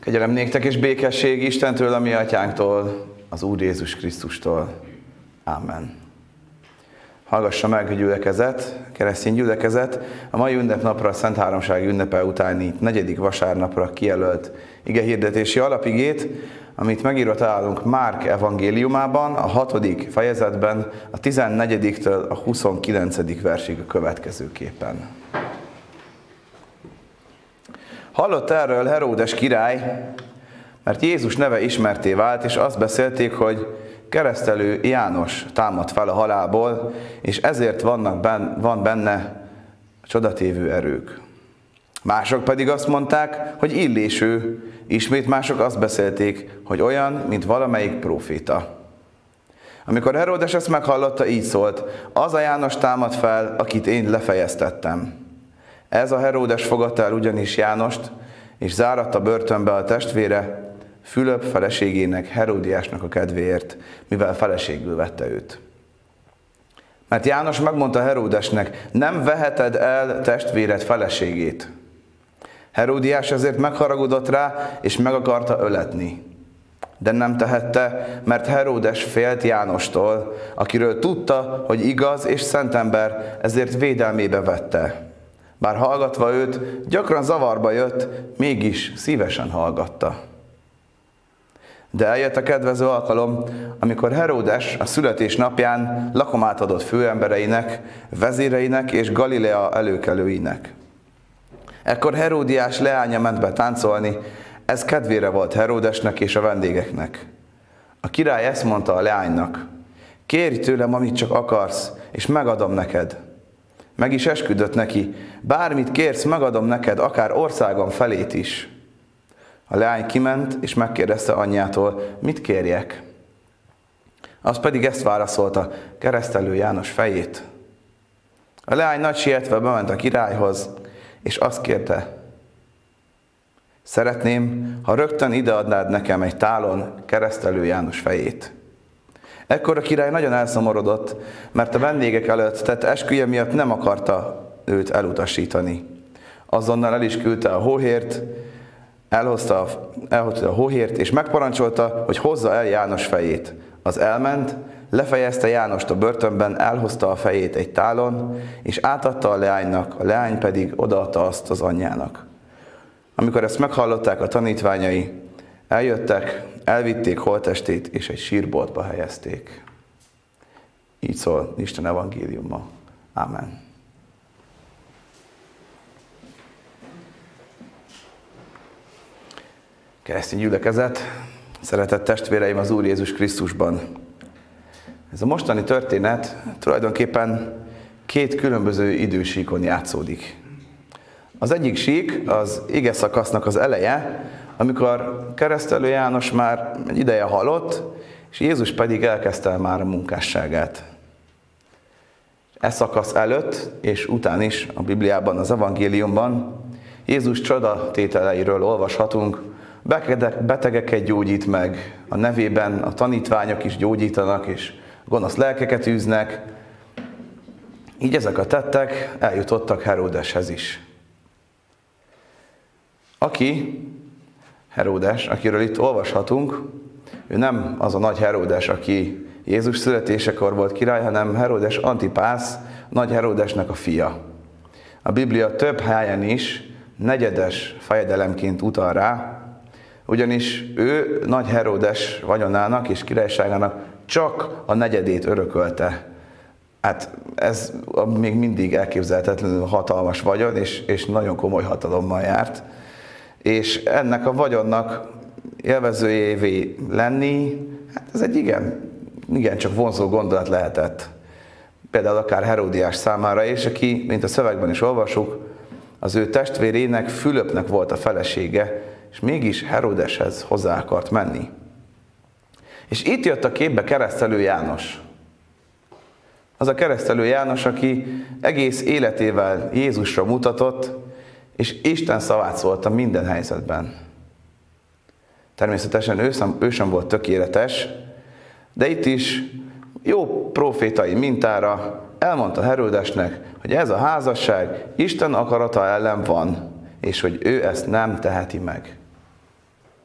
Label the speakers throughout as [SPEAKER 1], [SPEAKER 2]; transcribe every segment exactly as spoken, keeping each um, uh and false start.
[SPEAKER 1] Kegyelem néktek és békesség Istentől, a mi atyánktól, az Úr Jézus Krisztustól. Ámen. Hallgassa meg a gyülekezet, keresztény gyülekezet, a mai ünnepnapra, a Szent Háromság ünnepe utáni negyedik vasárnapra kijelölt igehirdetési alapigét, amit megírva találunk Márk evangéliumában, a hatodik fejezetben, a tizennegyediktől a huszonkilencedik versig a következőképpen. Hallott erről Heródes király, mert Jézus neve ismertté vált, és azt beszélték, hogy keresztelő János támad fel a halálból, és ezért vannak benne, van benne csodatévő erők. Mások pedig azt mondták, hogy illésű, ismét mások azt beszélték, hogy olyan, mint valamelyik próféta. Amikor Heródes ezt meghallotta, így szólt: az a János támad fel, akit én lefejeztettem. Ez a Heródes fogadta el ugyanis Jánost, és záratta börtönbe a testvére, Fülöp feleségének, Heródiásnak a kedvéért, mivel feleségül vette őt. Mert János megmondta Heródesnek: nem veheted el testvéred feleségét. Heródiás ezért megharagudott rá, és meg akarta öletni. De nem tehette, mert Heródes félt Jánostól, akiről tudta, hogy igaz és szent ember, ezért védelmébe vette. Bár hallgatva őt, gyakran zavarba jött, mégis szívesen hallgatta. De eljött a kedvező alkalom, amikor Heródes a születésnapján lakomát adott főembereinek, vezéreinek és Galilea előkelőinek. Ekkor Heródiás leánya ment be táncolni, ez kedvére volt Heródesnek és a vendégeknek. A király ezt mondta a leánynak: kérj tőlem, amit csak akarsz, és megadom neked. Meg is esküdött neki: bármit kérsz, megadom neked, akár országom felét is. A leány kiment, és megkérdezte anyjától: mit kérjek? Az pedig ezt válaszolta: keresztelő János fejét. A leány nagy sietve bement a királyhoz, és azt kérte: szeretném, ha rögtön ideadnád nekem egy tálon keresztelő János fejét. Ekkor a király nagyon elszomorodott, mert a vendégek előtt tett esküje miatt nem akarta őt elutasítani. Azonnal el is küldte a hóhért, elhozta, elhozta a hóhért, és megparancsolta, hogy hozza el János fejét. Az elment, lefejezte Jánost a börtönben, elhozta a fejét egy tálon, és átadta a leánynak, a leány pedig odaadta azt az anyjának. Amikor ezt meghallották a tanítványai, eljöttek, elvitték holttestét, és egy sírboltba helyezték. Így szól Isten evangéliuma. Ámen. Keresztény gyülekezet, szeretett testvéreim az Úr Jézus Krisztusban. Ez a mostani történet tulajdonképpen két különböző idősíkon játszódik. Az egyik sík az ige szakasznak az eleje, amikor keresztelő János már egy ideje halott, és Jézus pedig elkezdte már a munkásságát. E szakasz előtt és után is a Bibliában, az evangéliumban Jézus csodatételeiről olvashatunk. Betegeket gyógyít meg, a nevében a tanítványok is gyógyítanak, és gonosz lelkeket űznek. Így ezek a tettek eljutottak Heródeshez is. Aki, Heródes, akiről itt olvashatunk, ő nem az a nagy Heródes, aki Jézus születésekor volt király, hanem Heródes Antipász, nagy Heródesnek a fia. A Biblia több helyen is negyedes fejedelemként utal rá, ugyanis ő nagy Heródes vagyonának és királyságának csak a negyedét örökölte. Hát ez még mindig elképzelhetetlenül hatalmas vagyon, és, és nagyon komoly hatalommal járt. És ennek a vagyonnak élvezőjévé lenni, hát ez egy igen, igen csak vonzó gondolat lehetett. Például akár Heródiás számára is, aki, mint a szövegben is olvasjuk, az ő testvérének, Fülöpnek volt a felesége, és mégis Heródeshez hozzá akart menni. És itt jött a képbe keresztelő János. Az a keresztelő János, aki egész életével Jézusra mutatott, és Isten szavát szólta minden helyzetben. Természetesen ő sem, ő sem volt tökéletes, de itt is jó profétai mintára elmondta Heródesnek, hogy ez a házasság Isten akarata ellen van, és hogy ő ezt nem teheti meg.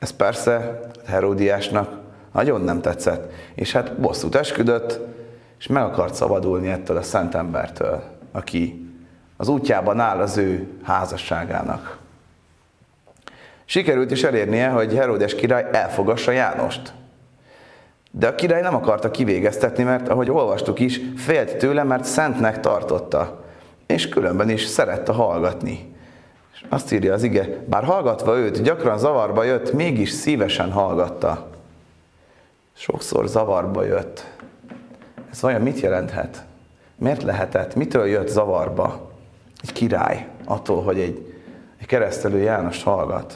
[SPEAKER 1] Ez persze Heródiásnak nagyon nem tetszett, és hát bosszút esküdött, és meg akart szabadulni ettől a szent embertől, aki az útjában áll az ő házasságának. Sikerült is elérnie, hogy Heródes király elfogassa Jánost. De a király nem akarta kivégeztetni, mert ahogy olvastuk is, félt tőle, mert szentnek tartotta, és különben is szerette hallgatni. És azt írja az ige, bár hallgatva őt, gyakran zavarba jött, mégis szívesen hallgatta. Sokszor zavarba jött. Ez vajon mit jelenthet? Miért lehetett? Mitől jött zavarba egy király attól, hogy egy, egy keresztelő Jánost hallgat?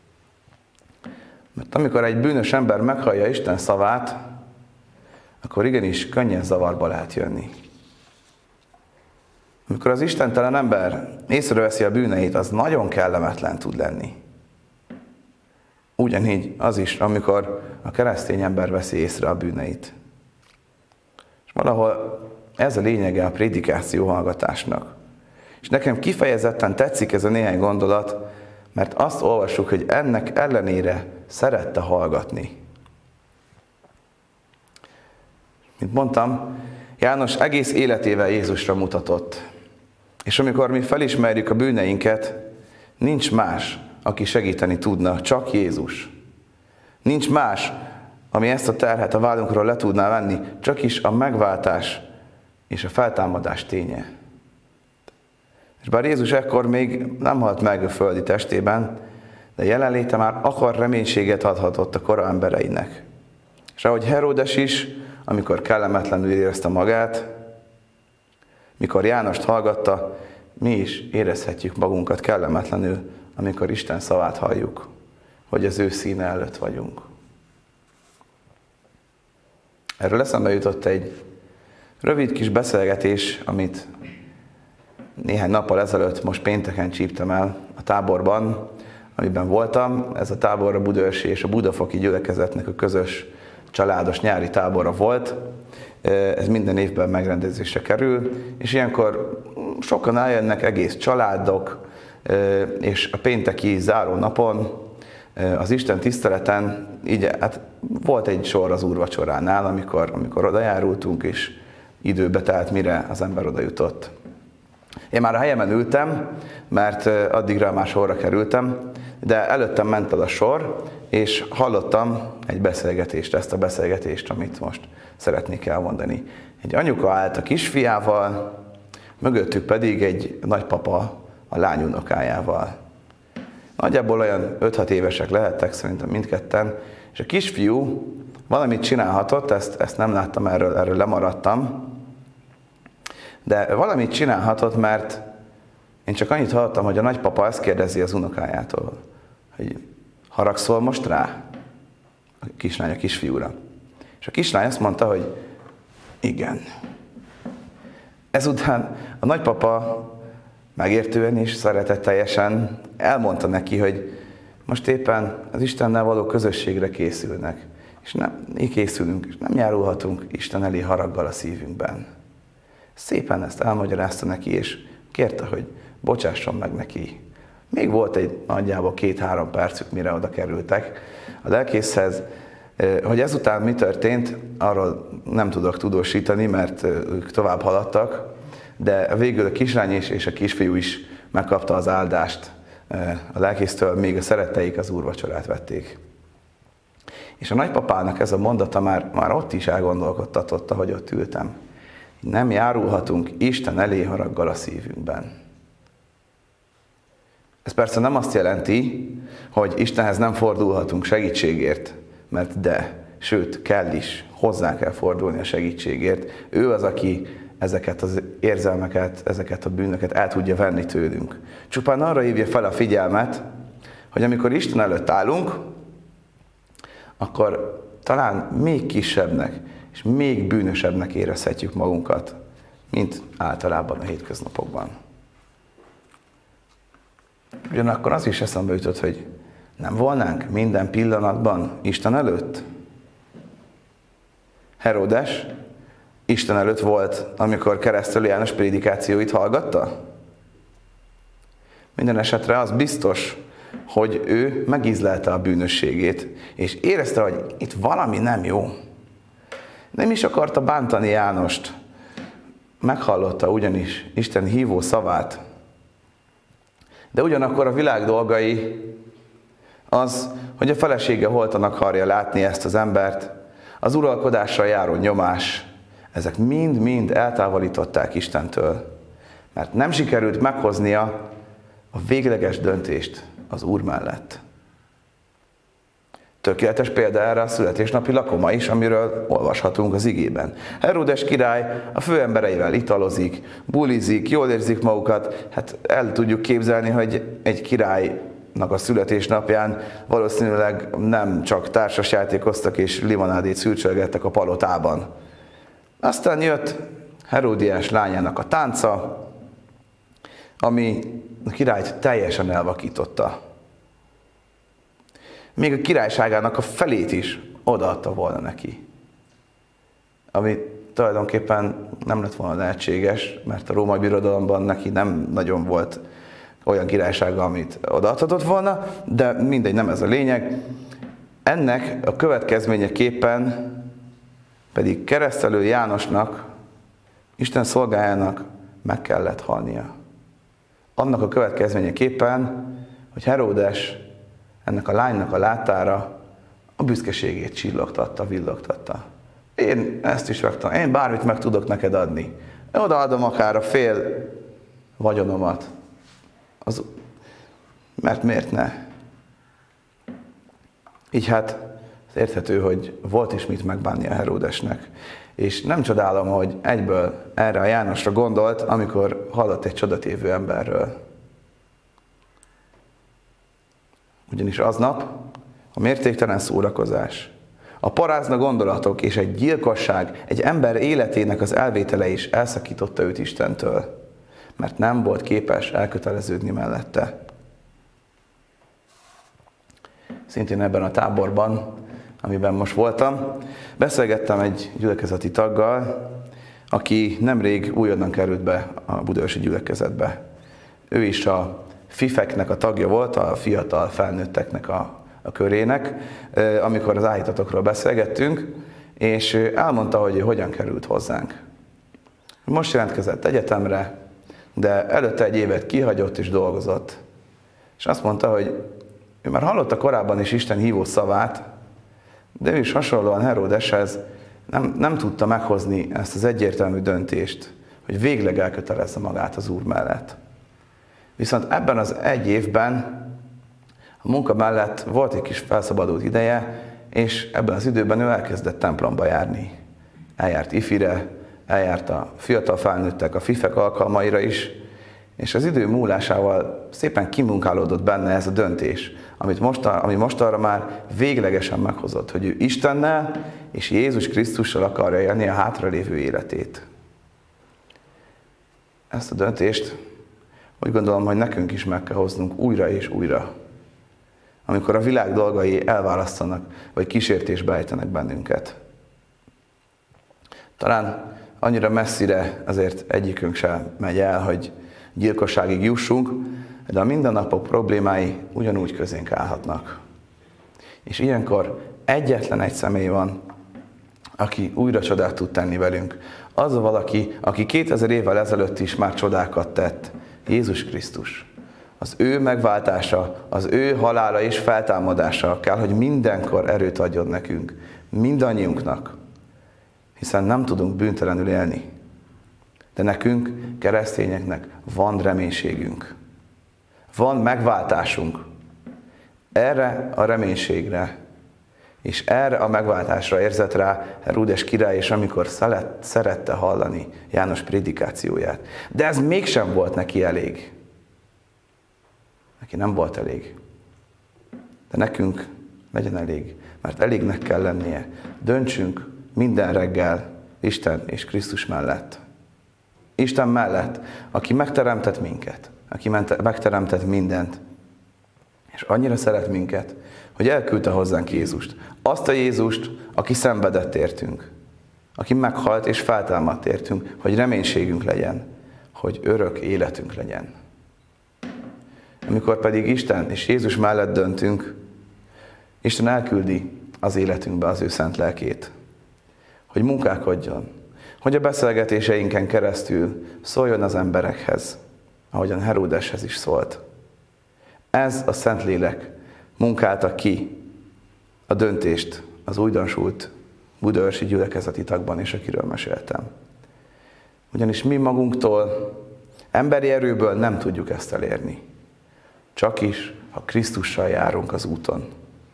[SPEAKER 1] Mert amikor egy bűnös ember meghallja Isten szavát, akkor igenis könnyen zavarba lehet jönni. Amikor az istentelen ember észreveszi a bűneit, az nagyon kellemetlen tud lenni. Ugyanígy az is, amikor a keresztény ember veszi észre a bűneit. És valahol ez a lényege a prédikáció hallgatásnak. És nekem kifejezetten tetszik ez a néhány gondolat, mert azt olvassuk, hogy ennek ellenére szerette hallgatni. Mint mondtam, János egész életével Jézusra mutatott. És amikor mi felismerjük a bűneinket, nincs más, aki segíteni tudna, csak Jézus. Nincs más, ami ezt a terhet a vállunkról le tudná venni, csak is a megváltás és a feltámadás ténye. És bár Jézus ekkor még nem halt meg a földi testében, de jelenléte már akar reménységet adhatott a kora embereinek. És ahogy Heródes is, amikor kellemetlenül érezte magát, mikor Jánost hallgatta, mi is érezhetjük magunkat kellemetlenül, amikor Isten szavát halljuk, hogy az ő színe előtt vagyunk. Erről eszembe jutott egy rövid kis beszélgetés, amit néhány nappal ezelőtt, most pénteken csíptem el a táborban, amiben voltam. Ez a tábor a Budaörsi és a Budafoki gyülekezetnek a közös családos nyári tábora volt. Ez minden évben megrendezésre kerül, és ilyenkor sokan eljönnek, egész családok, és a pénteki záró napon, az Isten tiszteleten, így, hát volt egy sor az úrvacsoránál, amikor, amikor oda járultunk, és időbe telt, mire az ember oda jutott. Én már a helyemen ültem, mert addigra már sorra kerültem, de előttem ment el a sor, és hallottam egy beszélgetést, ezt a beszélgetést, amit most szeretnék elmondani. Egy anyuka állt a kisfiával, mögöttük pedig egy nagypapa a lányunokájával. Nagyjából olyan öt-hat évesek lehettek szerintem mindketten, és a kisfiú valamit csinálhatott, ezt, ezt nem láttam, erről, erről lemaradtam, de valamit csinálhatott, mert én csak annyit hallottam, hogy a nagypapa ezt kérdezi az unokájától, hogy haragszol most rá? A kislány a kisfiúra. És a kislány azt mondta, hogy igen. Ezután a nagypapa megértően és szeretetteljesen elmondta neki, hogy most éppen az Istennel való közösségre készülnek, és nem, így készülünk, és nem járulhatunk Isten elé haraggal a szívünkben. Szépen ezt elmagyarázta neki, és kérte, hogy bocsásson meg neki. Még volt egy nagyjából két-három percük, mire oda kerültek a lelkészhez. Hogy ezután mi történt, arról nem tudok tudósítani, mert ők tovább haladtak, de végül a kislány és a kisfiú is megkapta az áldást a lelkésztől, még a szeretteik az úrvacsorát vették. És a nagypapának ez a mondata már, már ott is elgondolkodtatott, ahogy ott ültem. Nem járulhatunk Isten elé haraggal a szívünkben. Ez persze nem azt jelenti, hogy Istenhez nem fordulhatunk segítségért, mert de, sőt, kell is, hozzá kell fordulni a segítségért. Ő az, aki ezeket az érzelmeket, ezeket a bűnöket el tudja venni tőlünk. Csupán arra hívja fel a figyelmet, hogy amikor Isten előtt állunk, akkor talán még kisebbnek és még bűnösebbnek érezhetjük magunkat, mint általában a hétköznapokban. Ugyanakkor az is eszembe jutott, hogy nem volnánk minden pillanatban Isten előtt? Heródes Isten előtt volt, amikor Keresztelő János prédikációit hallgatta? Minden esetre az biztos, hogy ő megízlelte a bűnösségét, és érezte, hogy itt valami nem jó. Nem is akarta bántani Jánost, meghallotta ugyanis Isten hívó szavát, de ugyanakkor a világ dolgai az, hogy a felesége holtan akarja látni ezt az embert, az uralkodással járó nyomás, ezek mind-mind eltávolították Istentől, mert nem sikerült meghoznia a végleges döntést az Úr mellett. Tökéletes példa erre a születésnapi lakoma is, amiről olvashatunk az igében. Heródes király a főembereivel italozik, bulizik, jól érzik magukat, hát el tudjuk képzelni, hogy egy királynak a születésnapján valószínűleg nem csak társasjátékoztak és limonádét szürcsölgettek a palotában. Aztán jött Heródiás lányának a tánca, ami a királyt teljesen elvakította. Még a királyságának a felét is odaadta volna neki. Ami tulajdonképpen nem lett volna lehetséges, mert a római birodalomban neki nem nagyon volt olyan királysága, amit odaadhatott volna, de mindegy, nem ez a lényeg. Ennek a következményeképpen pedig keresztelő Jánosnak, Isten szolgájának meg kellett halnia. Annak a következményeképpen, hogy Heródes ennek a lánynak a látára a büszkeségét csillogtatta, villogtatta. Én ezt is raktam, én bármit meg tudok neked adni. Odaadom akár a fél vagyonomat. Az, mert miért ne? Így hát érthető, hogy volt is mit megbánni a Heródesnek. És nem csodálom, hogy egyből erre a Jánosra gondolt, amikor hallott egy csodatévő emberről. Ugyanis aznap a mértéktelen szórakozás, a parázna gondolatok és egy gyilkosság, egy ember életének az elvétele is elszakította őt Istentől, mert nem volt képes elköteleződni mellette. Szintén ebben a táborban, amiben most voltam, beszélgettem egy gyülekezeti taggal, aki nemrég újonnan került be a budaörsi gyülekezetbe. Ő is a fifeknek a tagja volt, a fiatal felnőtteknek a, a körének, amikor az áhítatokról beszélgettünk, és elmondta, hogy hogyan került hozzánk. Most jelentkezett egyetemre, de előtte egy évet kihagyott és dolgozott. És azt mondta, hogy ő már hallotta korábban is Isten hívó szavát, de ő is hasonlóan Heródeshez nem, nem tudta meghozni ezt az egyértelmű döntést, hogy végleg elkötelezze magát az Úr mellett. Viszont ebben az egy évben a munka mellett volt egy kis felszabadult ideje, és ebben az időben ő elkezdett templomba járni. Eljárt ifire, eljárt a fiatal felnőttek, a fifek alkalmaira is, és az idő múlásával szépen kimunkálódott benne ez a döntés, amit most, ami mostanra már véglegesen meghozott, hogy ő Istennel és Jézus Krisztussal akarja élni a hátralévő életét. Ezt a döntést úgy gondolom, hogy nekünk is meg kell hoznunk újra és újra, amikor a világ dolgai elválasztanak, vagy kísértésbe ejtenek bennünket. Talán annyira messzire azért egyikünk sem megy el, hogy gyilkosságig jussunk, de a mindennapok problémái ugyanúgy közénk állhatnak. És ilyenkor egyetlen egy személy van, aki újra csodát tud tenni velünk. Az a valaki, aki kétezer évvel ezelőtt is már csodákat tett, Jézus Krisztus. Az ő megváltása, az ő halála és feltámadása kell, hogy mindenkor erőt adjon nekünk, mindannyiunknak, hiszen nem tudunk bűntelenül élni. De nekünk, keresztényeknek van reménységünk. Van megváltásunk. Erre a reménységre és erre a megváltásra érzett rá Heródes király, és amikor szelet, szerette hallani János prédikációját. De ez mégsem volt neki elég. Neki nem volt elég. De nekünk legyen elég, mert elégnek kell lennie. Döntsünk minden reggel Isten és Krisztus mellett. Isten mellett, aki megteremtett minket, aki megteremtett mindent, és annyira szeret minket, hogy elküldte hozzánk Jézust. Azt a Jézust, aki szenvedett értünk, aki meghalt és feltámadt értünk, hogy reménységünk legyen, hogy örök életünk legyen. Amikor pedig Isten és Jézus mellett döntünk, Isten elküldi az életünkbe az ő szent lelkét, hogy munkálkodjon, hogy a beszélgetéseinken keresztül szóljon az emberekhez, ahogyan Heródeshez is szólt. Ez a Szentlélek munkálta ki a döntést az újdonsult budaörsi gyülekezeti tagban, és akiről meséltem. Ugyanis mi magunktól, emberi erőből nem tudjuk ezt elérni. Csak is, ha Krisztussal járunk az úton.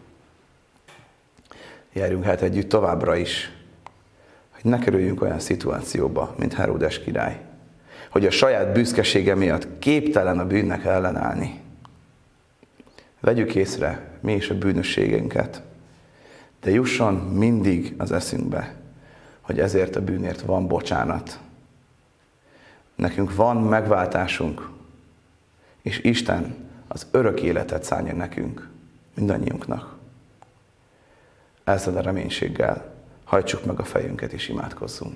[SPEAKER 1] Járjunk hát együtt továbbra is, hogy ne kerüljünk olyan szituációba, mint Heródes király, hogy a saját büszkesége miatt képtelen a bűnnek ellenállni. Vegyük észre mi is a bűnösségünket, de jusson mindig az eszünkbe, hogy ezért a bűnért van bocsánat. Nekünk van megváltásunk, és Isten az örök életet szánja nekünk, mindannyiunknak. Ezzel a reménységgel hajtsuk meg a fejünket és imádkozzunk.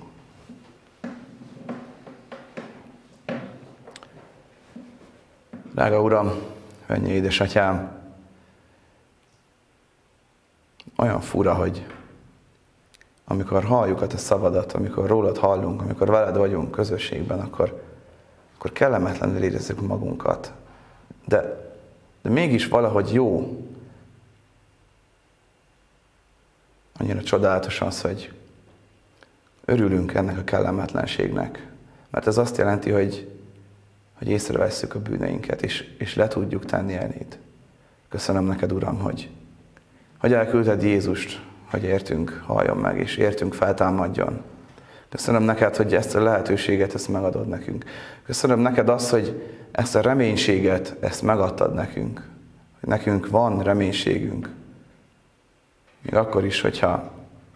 [SPEAKER 1] Drága Uram, mennyei édesatyám, olyan fura, hogy amikor halljuk a te szavadat, amikor rólad hallunk, amikor veled vagyunk közösségben, akkor, akkor kellemetlenül érezzük magunkat. De, de mégis valahogy jó. Annyira csodálatos az, hogy örülünk ennek a kellemetlenségnek. Mert ez azt jelenti, hogy, hogy észrevesszük a bűneinket, és, és le tudjuk tenni eléd. Köszönöm neked, Uram, hogy, hogy elküldted Jézust, hogy értünk halljon meg, és értünk feltámadjon. Köszönöm neked, hogy ezt a lehetőséget, ezt megadod nekünk. Köszönöm neked azt, hogy ezt a reménységet, ezt megadtad nekünk. Hogy nekünk van reménységünk. Még akkor is, hogyha,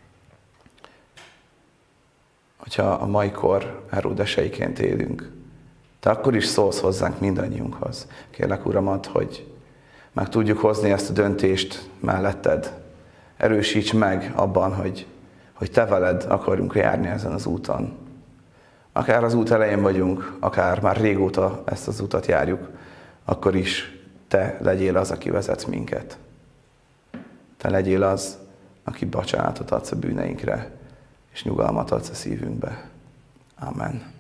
[SPEAKER 1] hogyha a mai kor Heródeseiként élünk. Te akkor is szólsz hozzánk mindannyiunkhoz. Kérlek, Uramat, hogy meg tudjuk hozni ezt a döntést melletted. Erősíts meg abban, hogy, hogy te veled akarunk járni ezen az úton. Akár az út elején vagyunk, akár már régóta ezt az utat járjuk, akkor is te legyél az, aki vezet minket. Te legyél az, aki bocsánatot adsz a bűneinkre, és nyugalmat adsz a szívünkbe. Amen.